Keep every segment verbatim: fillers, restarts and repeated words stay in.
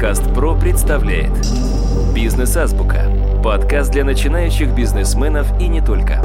Подкаст ПРО представляет «Бизнес-азбука» – подкаст для начинающих бизнесменов и не только.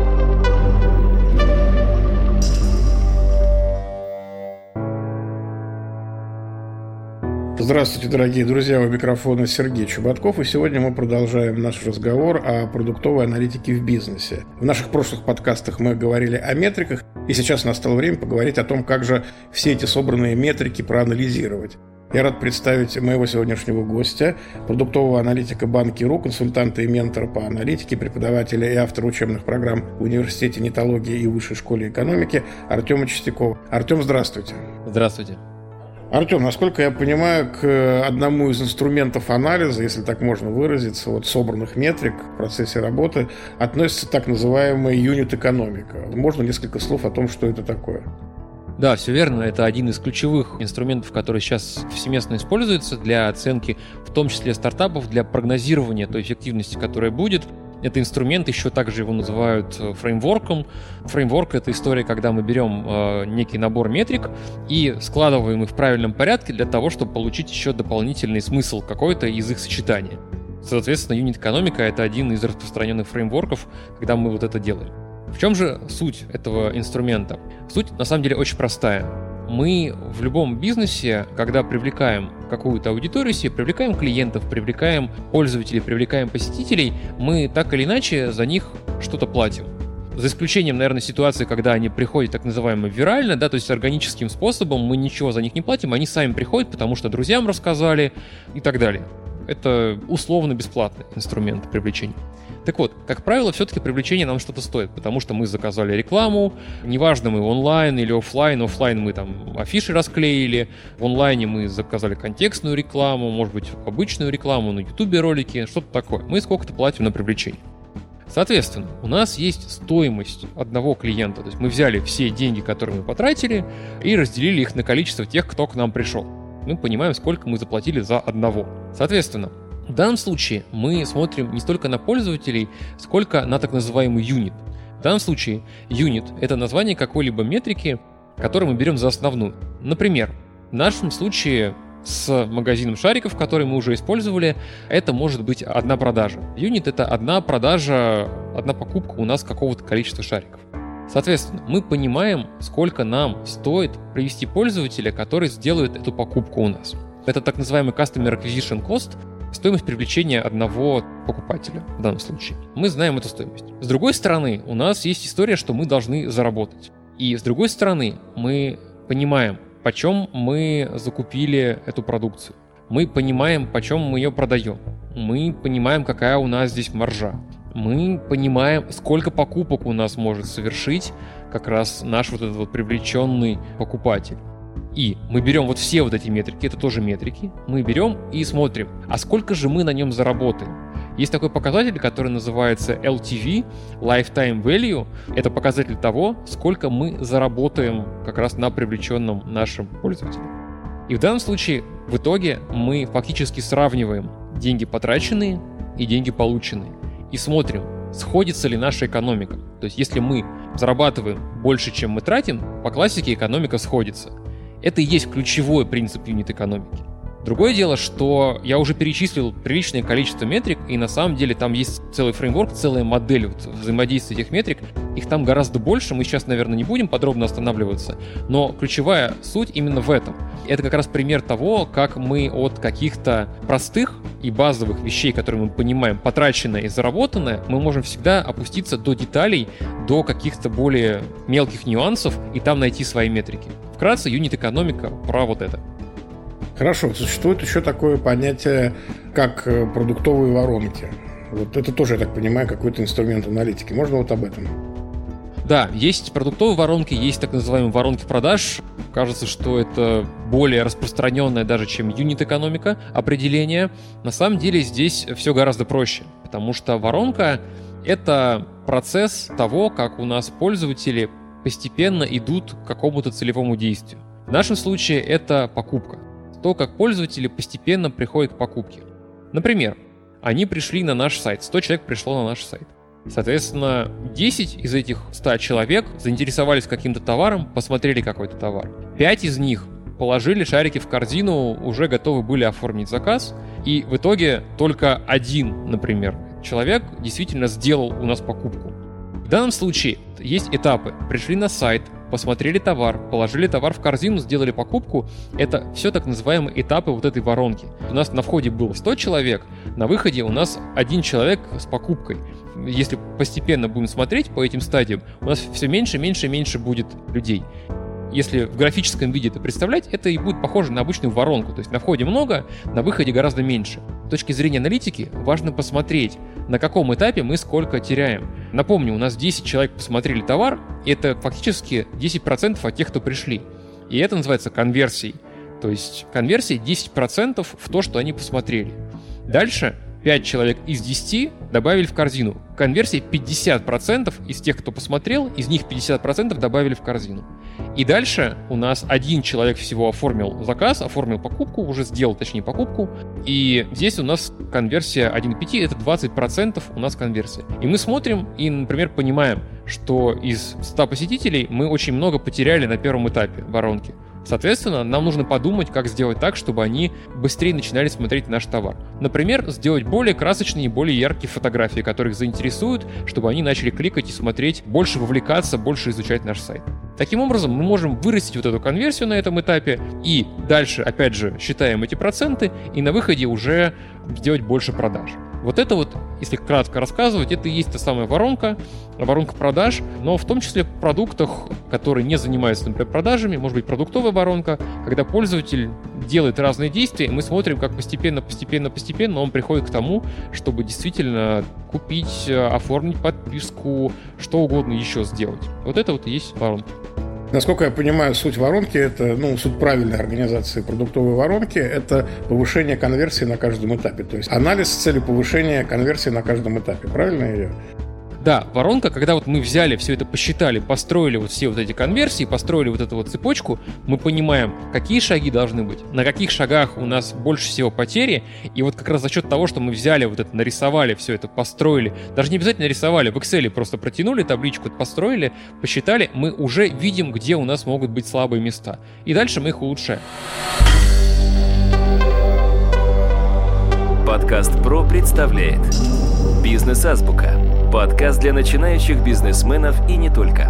Здравствуйте, дорогие друзья, у микрофона Сергей Чеботков, и сегодня мы продолжаем наш разговор о продуктовой аналитике в бизнесе. В наших прошлых подкастах мы говорили о метриках, и сейчас настало время поговорить о том, как же все эти собранные метрики проанализировать. Я рад представить моего сегодняшнего гостя, продуктового аналитика Банки.ру, консультанта и ментора по аналитике, преподавателя и автора учебных программ в Университете нетологии и Высшей школе экономики Артема Чистякова. Артем, здравствуйте. Здравствуйте. Артем, насколько я понимаю, к одному из инструментов анализа, если так можно выразиться, вот собранных метрик в процессе работы, относится так называемая юнит-экономика. Можно несколько слов о том, что это такое? Да, все верно. Это один из ключевых инструментов, который сейчас повсеместно используется для оценки, в том числе стартапов, для прогнозирования той эффективности, которая будет. Это инструмент, еще также его называют фреймворком. Фреймворк — это история, когда мы берем э, некий набор метрик и складываем их в правильном порядке для того, чтобы получить еще дополнительный смысл какой-то из их сочетания. Соответственно, юнит-экономика — это один из распространенных фреймворков, когда мы вот это делаем. В чем же суть этого инструмента? Суть, на самом деле, очень простая. Мы в любом бизнесе, когда привлекаем какую-то аудиторию себе, привлекаем клиентов, привлекаем пользователей, привлекаем посетителей, мы так или иначе за них что-то платим. За исключением, наверное, ситуации, когда они приходят так называемо вирально, да, то есть органическим способом, мы ничего за них не платим, они сами приходят, потому что друзьям рассказали и так далее. Это условно бесплатный инструмент привлечения. Так вот, как правило, все-таки привлечение нам что-то стоит, потому что мы заказали рекламу, неважно, мы онлайн или офлайн, офлайн мы там афиши расклеили, в онлайне мы заказали контекстную рекламу, может быть, обычную рекламу, на ютубе ролики, что-то такое. Мы сколько-то платим на привлечение. Соответственно, у нас есть стоимость одного клиента, то есть мы взяли все деньги, которые мы потратили, и разделили их на количество тех, кто к нам пришел. Мы понимаем, сколько мы заплатили за одного. Соответственно, в данном случае мы смотрим не столько на пользователей, сколько на так называемый юнит. В данном случае юнит — это название какой-либо метрики, которую мы берем за основную. Например, в нашем случае с магазином шариков, который мы уже использовали, это может быть одна продажа. Юнит — это одна продажа, одна покупка у нас какого-то количества шариков. Соответственно, мы понимаем, сколько нам стоит привести пользователя, который сделает эту покупку у нас. Это так называемый Customer Acquisition Cost, стоимость привлечения одного покупателя в данном случае. Мы знаем эту стоимость. С другой стороны, у нас есть история, что мы должны заработать. И с другой стороны, мы понимаем, почем мы закупили эту продукцию. Мы понимаем, почем мы ее продаем. Мы понимаем, какая у нас здесь маржа. Мы понимаем, сколько покупок у нас может совершить как раз наш вот этот вот привлеченный покупатель. И мы берем вот все вот эти метрики, это тоже метрики, мы берем и смотрим, а сколько же мы на нем заработаем. Есть такой показатель, который называется эл ти ви, Lifetime Value. Это показатель того, сколько мы заработаем как раз на привлеченном нашем пользователе. И в данном случае в итоге мы фактически сравниваем деньги потраченные и деньги полученные. И смотрим, сходится ли наша экономика. То есть если мы зарабатываем больше, чем мы тратим, по классике экономика сходится. Это и есть ключевой принцип юнит-экономики. Другое дело, что я уже перечислил приличное количество метрик, и на самом деле там есть целый фреймворк, целая модель вот взаимодействия этих метрик. Их там гораздо больше, мы сейчас, наверное, не будем подробно останавливаться, но ключевая суть именно в этом. Это как раз пример того, как мы от каких-то простых и базовых вещей, которые мы понимаем, потраченное и заработанное, мы можем всегда опуститься до деталей, до каких-то более мелких нюансов и там найти свои метрики. Вкратце, юнит-экономика про вот это. Хорошо, существует еще такое понятие, как продуктовые воронки. Вот это тоже, я так понимаю, какой-то инструмент аналитики. Можно вот об этом? Да, есть продуктовые воронки, есть так называемые воронки продаж. Кажется, что это более распространенное даже, чем юнит-экономика определение. На самом деле здесь все гораздо проще, потому что воронка — это процесс того, как у нас пользователи постепенно идут к какому-то целевому действию. В нашем случае это покупка. То, как пользователи постепенно приходят к покупке. Например, они пришли на наш сайт, сто человек пришло на наш сайт. Соответственно, десять из этих ста человек заинтересовались каким-то товаром, посмотрели какой-то товар. пять из них положили шарики в корзину, уже готовы были оформить заказ, и в итоге только один, например, человек действительно сделал у нас покупку. В данном случае есть этапы. Пришли на сайт, посмотрели товар, положили товар в корзину, сделали покупку. Это все так называемые этапы вот этой воронки. У нас на входе было сто человек, на выходе у нас один человек с покупкой. Если постепенно будем смотреть по этим стадиям, у нас все меньше, меньше, меньше будет людей. Если в графическом виде это представлять, это и будет похоже на обычную воронку. То есть на входе много, на выходе гораздо меньше. С точки зрения аналитики важно посмотреть, на каком этапе мы сколько теряем. Напомню, у нас десять человек посмотрели товар, и это фактически десять процентов от тех, кто пришли. И это называется конверсией. То есть конверсия десять процентов в то, что они посмотрели. Дальше пять человек из десяти добавили в корзину. Конверсия пятьдесят процентов из тех, кто посмотрел, из них пятьдесят процентов добавили в корзину. И дальше у нас один человек всего оформил заказ, оформил покупку, уже сделал, точнее, покупку. И здесь у нас конверсия один к пяти, это двадцать процентов у нас конверсия. И мы смотрим и, например, понимаем, что из ста посетителей мы очень много потеряли на первом этапе воронки. Соответственно, нам нужно подумать, как сделать так, чтобы они быстрее начинали смотреть наш товар. Например, сделать более красочные и более яркие фотографии, которые их заинтересуют, чтобы они начали кликать и смотреть, больше вовлекаться, больше изучать наш сайт. Таким образом, мы можем вырастить вот эту конверсию на этом этапе и дальше, опять же, считаем эти проценты и на выходе уже сделать больше продаж. Вот это вот, если кратко рассказывать, это и есть та самая воронка, воронка продаж, но в том числе в продуктах, которые не занимаются, например, продажами, может быть, продуктовая воронка, когда пользователь делает разные действия, и мы смотрим, как постепенно, постепенно, постепенно он приходит к тому, чтобы действительно купить, оформить подписку, что угодно еще сделать. Вот это вот и есть воронка. Насколько я понимаю, суть воронки, это, ну, суть правильной организации продуктовой воронки, это повышение конверсии на каждом этапе. То есть анализ с целью повышения конверсии на каждом этапе. Правильно я? Да, воронка, когда вот мы взяли все это, посчитали, построили вот все вот эти конверсии, построили вот эту вот цепочку, мы понимаем, какие шаги должны быть, на каких шагах у нас больше всего потери, и вот как раз за счет того, что мы взяли вот это, нарисовали все это, построили, даже не обязательно рисовали, в Excel просто протянули табличку, построили, посчитали, мы уже видим, где у нас могут быть слабые места, и дальше мы их улучшаем. Подкаст ПРО представляет «Бизнес-азбука». Подкаст для начинающих бизнесменов и не только.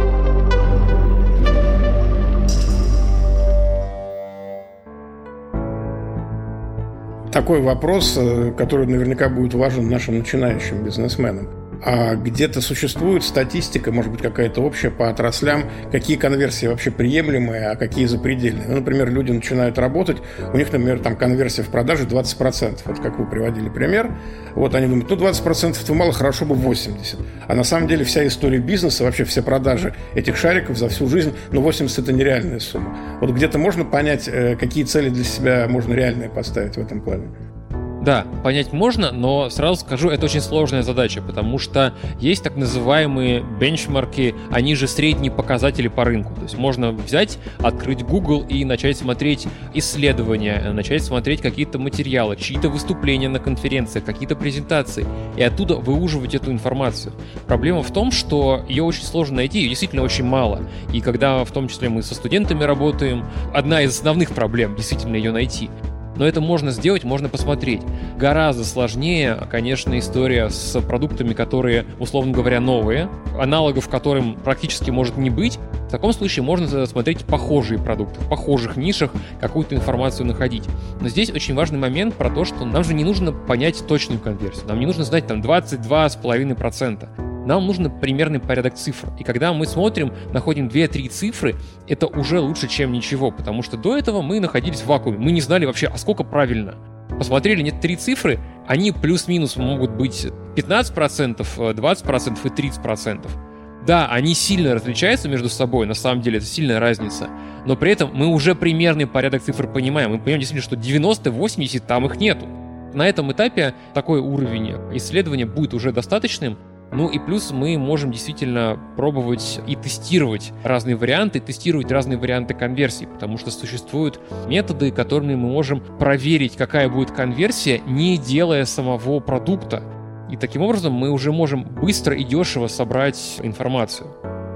Такой вопрос, который наверняка будет важен нашим начинающим бизнесменам. А где-то существует статистика, может быть, какая-то общая по отраслям, какие конверсии вообще приемлемые, а какие запредельные. Ну, например, люди начинают работать, у них, например, там конверсия в продаже двадцать процентов. Вот как вы приводили пример. Вот они думают, ну, двадцать процентов это мало, хорошо бы восемьдесят процентов. А на самом деле вся история бизнеса, вообще все продажи этих шариков за всю жизнь, ну, восемьдесят это нереальная сумма. Вот где-то можно понять, какие цели для себя можно реальные поставить в этом плане? Да, понять можно, но сразу скажу, это очень сложная задача, потому что есть так называемые бенчмарки, они же средние показатели по рынку. То есть можно взять, открыть Google и начать смотреть исследования, начать смотреть какие-то материалы, чьи-то выступления на конференциях, какие-то презентации, и оттуда выуживать эту информацию. Проблема в том, что ее очень сложно найти, ее действительно очень мало. И когда в том числе мы со студентами работаем, одна из основных проблем действительно ее найти. Но это можно сделать, можно посмотреть. Гораздо сложнее, конечно, история с продуктами, которые, условно говоря, новые, аналогов которым практически может не быть. В таком случае можно смотреть похожие продукты, в похожих нишах какую-то информацию находить. Но здесь очень важный момент про то, что нам же не нужно понять точную конверсию. Нам не нужно знать там двадцать два целых пять десятых процента. Нам нужен примерный порядок цифр. И когда мы смотрим, находим две-три цифры, это уже лучше, чем ничего, потому что до этого мы находились в вакууме. Мы не знали вообще, а сколько правильно. Посмотрели, нет, три цифры, они плюс-минус могут быть пятнадцать процентов, двадцать процентов и тридцать процентов. Да, они сильно различаются между собой, на самом деле это сильная разница, но при этом мы уже примерный порядок цифр понимаем. Мы понимаем действительно, что девяносто-восемьдесят там их нету. На этом этапе такой уровень исследования будет уже достаточным. Ну и плюс мы можем действительно пробовать и тестировать разные варианты, тестировать разные варианты конверсии, потому что существуют методы, которыми мы можем проверить, какая будет конверсия, не делая самого продукта. И таким образом мы уже можем быстро и дешево собрать информацию.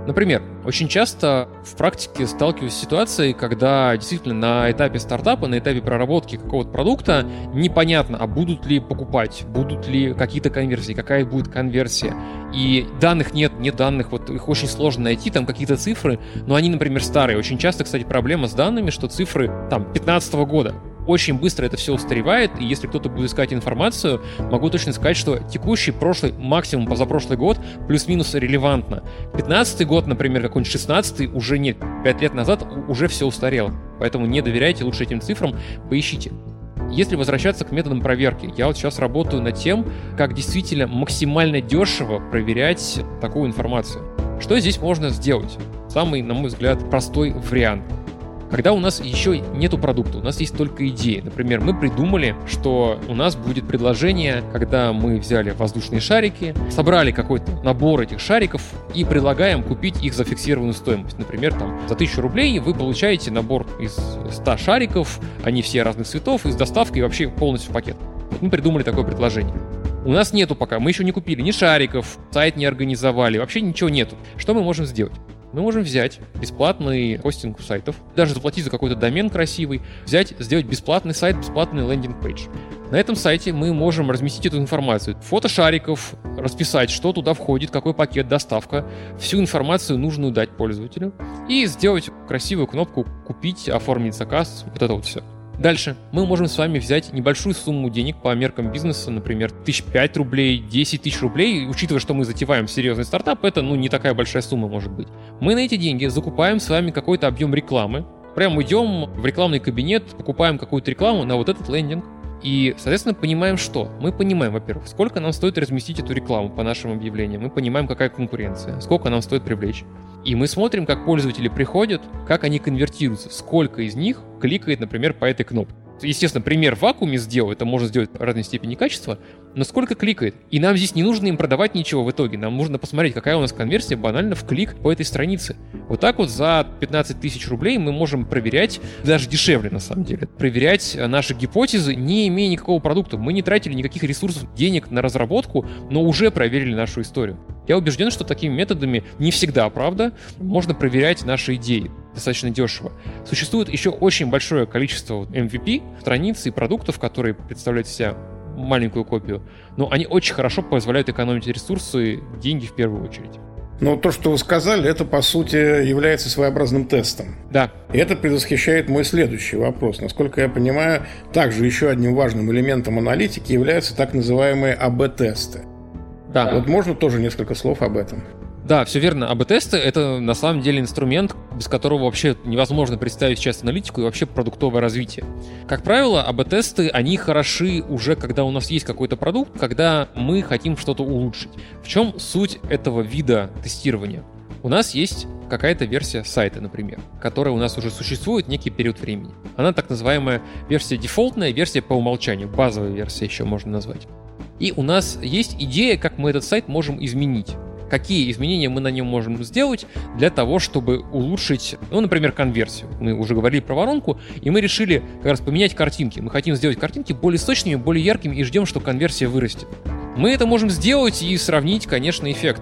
Например, очень часто в практике сталкиваюсь с ситуацией, когда действительно на этапе стартапа, на этапе проработки какого-то продукта непонятно, а будут ли покупать, будут ли какие-то конверсии, какая будет конверсия. И данных нет, нет данных, вот их очень сложно найти, там какие-то цифры, но они, например, старые. Очень часто, кстати, проблема с данными, что цифры там пятнадцатого года. Очень быстро это все устаревает, и если кто-то будет искать информацию, могу точно сказать, что текущий, прошлый, максимум позапрошлый год плюс-минус релевантно. пятнадцатый год, например, какой-нибудь шестнадцатый уже нет, пять лет назад уже все устарело. Поэтому не доверяйте лучше этим цифрам, поищите. Если возвращаться к методам проверки, я вот сейчас работаю над тем, как действительно максимально дешево проверять такую информацию. Что здесь можно сделать? Самый, на мой взгляд, простой вариант. Когда у нас еще нету продукта, у нас есть только идеи. Например, мы придумали, что у нас будет предложение, когда мы взяли воздушные шарики, собрали какой-то набор этих шариков и предлагаем купить их за фиксированную стоимость. Например, там, за тысячу рублей вы получаете набор из ста шариков, они все разных цветов, и с доставкой вообще полностью в пакет. Мы придумали такое предложение. У нас нету пока, мы еще не купили ни шариков, сайт не организовали, вообще ничего нету. Что мы можем сделать? Мы можем взять бесплатный хостинг сайтов, даже заплатить за какой-то домен красивый, взять, сделать бесплатный сайт, бесплатный лендинг-пейдж. На этом сайте мы можем разместить эту информацию. Фото шариков, расписать, что туда входит, какой пакет, доставка, всю информацию нужную дать пользователю и сделать красивую кнопку «Купить», «Оформить заказ», вот это вот все. Дальше мы можем с вами взять небольшую сумму денег по меркам бизнеса, например, тысяч пять рублей, десять тысяч рублей, учитывая, что мы затеваем серьезный стартап, это ну не такая большая сумма может быть. Мы на эти деньги закупаем с вами какой-то объем рекламы, прям идем в рекламный кабинет, покупаем какую-то рекламу на вот этот лендинг. И, соответственно, понимаем, что? Мы понимаем, во-первых, сколько нам стоит разместить эту рекламу по нашим объявлениям, мы понимаем, какая конкуренция, сколько нам стоит привлечь. И мы смотрим, как пользователи приходят, как они конвертируются, сколько из них кликает, например, по этой кнопке. Естественно, пример в вакууме сделал, это можно сделать в разной степени качества, но сколько кликает. И нам здесь не нужно им продавать ничего в итоге, нам нужно посмотреть, какая у нас конверсия банально в клик по этой странице. Вот так вот за пятнадцать тысяч рублей мы можем проверять, даже дешевле на самом деле, проверять наши гипотезы, не имея никакого продукта. Мы не тратили никаких ресурсов, денег на разработку, но уже проверили нашу историю. Я убежден, что такими методами не всегда, правда, можно проверять наши идеи достаточно дешево. Существует еще очень большое количество эм ви пи, страниц и продуктов, которые представляют из себя маленькую копию, но они очень хорошо позволяют экономить ресурсы, деньги в первую очередь. Но то, что вы сказали, это, по сути, является своеобразным тестом. Да. И это предвосхищает мой следующий вопрос. Насколько я понимаю, также еще одним важным элементом аналитики являются так называемые эй би-тесты. Да. Вот можно тоже несколько слов об этом? Да, все верно. эй би-тесты — это на самом деле инструмент, без которого вообще невозможно представить сейчас аналитику и вообще продуктовое развитие. Как правило, эй би-тесты, они хороши уже, когда у нас есть какой-то продукт, когда мы хотим что-то улучшить. В чем суть этого вида тестирования? У нас есть какая-то версия сайта, например, которая у нас уже существует некий период времени. Она так называемая версия дефолтная, версия по умолчанию, базовая версия еще можно назвать. И у нас есть идея, как мы этот сайт можем изменить. Какие изменения мы на нем можем сделать для того, чтобы улучшить, ну, например, конверсию. Мы уже говорили про воронку, и мы решили как раз поменять картинки. Мы хотим сделать картинки более сочными, более яркими и ждем, что конверсия вырастет. Мы это можем сделать и сравнить, конечно, эффект.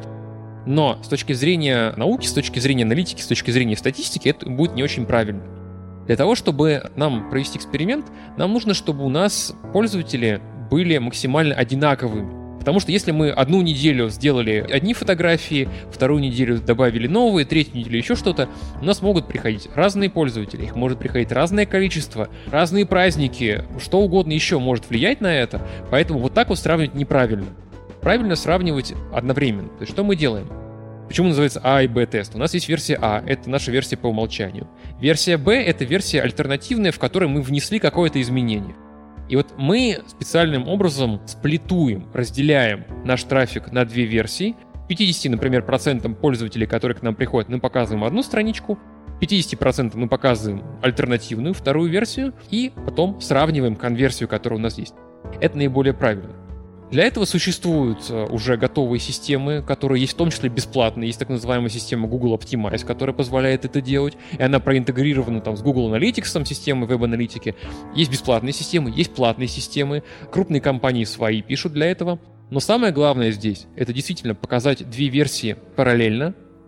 Но с точки зрения науки, с точки зрения аналитики, с точки зрения статистики, это будет не очень правильно. Для того, чтобы нам провести эксперимент, нам нужно, чтобы у нас пользователи были максимально одинаковыми. Потому что если мы одну неделю сделали одни фотографии, вторую неделю добавили новые, третью неделю еще что-то, у нас могут приходить разные пользователи, их может приходить разное количество, разные праздники, что угодно еще может влиять на это, поэтому вот так вот сравнивать неправильно. Правильно сравнивать одновременно. То есть что мы делаем? Почему называется А и Б тест? У нас есть версия А, это наша версия по умолчанию. Версия Б — это версия альтернативная, в которой мы внесли какое-то изменение. И вот мы специальным образом сплитуем, разделяем наш трафик на две версии. пятьдесят, например, процентам пользователей, которые к нам приходят, мы показываем одну страничку, пятьдесят процентов мы показываем альтернативную, вторую версию, и потом сравниваем конверсию, которая у нас есть. Это наиболее правильно. Для этого существуют уже готовые системы, которые есть в том числе бесплатные. Есть так называемая система Google Optimize, которая позволяет это делать. И она проинтегрирована там с Google Analytics, системой веб-аналитики. Есть бесплатные системы, есть платные системы. Крупные компании свои пишут для этого. Но самое главное здесь — это действительно показать две версии параллельно,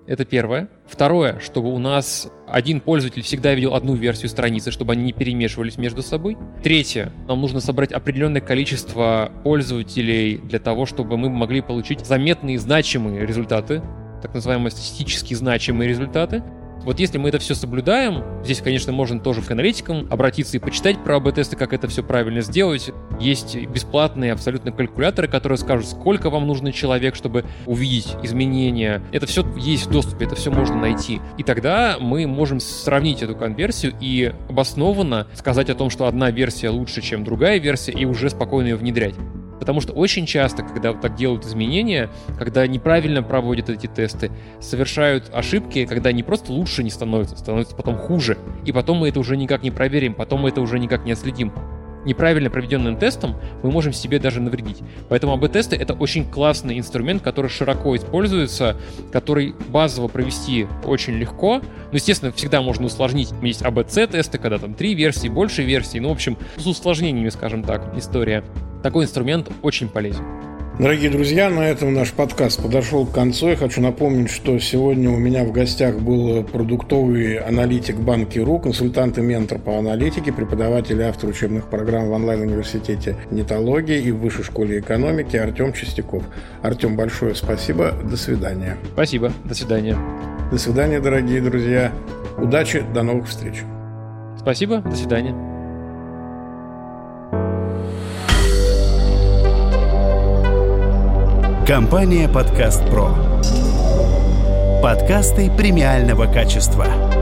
Это первое. Второе, чтобы у нас один пользователь всегда видел одну версию страницы, чтобы они не перемешивались между собой. Третье, нам нужно собрать определенное количество пользователей для того, чтобы мы могли получить заметные, значимые результаты, так называемые статистически значимые результаты. Вот если мы это все соблюдаем, здесь, конечно, можно тоже к аналитикам обратиться и почитать про эй би тесты, как это все правильно сделать. Есть бесплатные абсолютно калькуляторы, которые скажут, сколько вам нужно человек, чтобы увидеть изменения. Это все есть в доступе, это все можно найти. И тогда мы можем сравнить эту конверсию и обоснованно сказать о том, что одна версия лучше, чем другая версия, и уже спокойно ее внедрять. Потому что очень часто, когда вот так делают изменения, когда неправильно проводят эти тесты, совершают ошибки, когда не просто лучше не становится, становится потом хуже. И потом мы это уже никак не проверим, потом мы это уже никак не отследим. Неправильно проведенным тестом мы можем себе даже навредить. Поэтому эй би тесты — это очень классный инструмент, который широко используется, который базово провести очень легко. Ну, естественно, всегда можно усложнить. Есть эй би си-тесты, когда там три версии, больше версий. Ну, в общем, с усложнениями, скажем так, история. Такой инструмент очень полезен. Дорогие друзья, на этом наш подкаст подошел к концу. Я хочу напомнить, что сегодня у меня в гостях был продуктовый аналитик Банки.ру, консультант и ментор по аналитике, преподаватель и автор учебных программ в онлайн-университете нетологии и в Высшей школе экономики Артем Чистяков. Артем, большое спасибо. До свидания. Спасибо. До свидания. До свидания, дорогие друзья. Удачи. До новых встреч. Спасибо. До свидания. Компания «Подкаст Про». Подкасты премиального качества.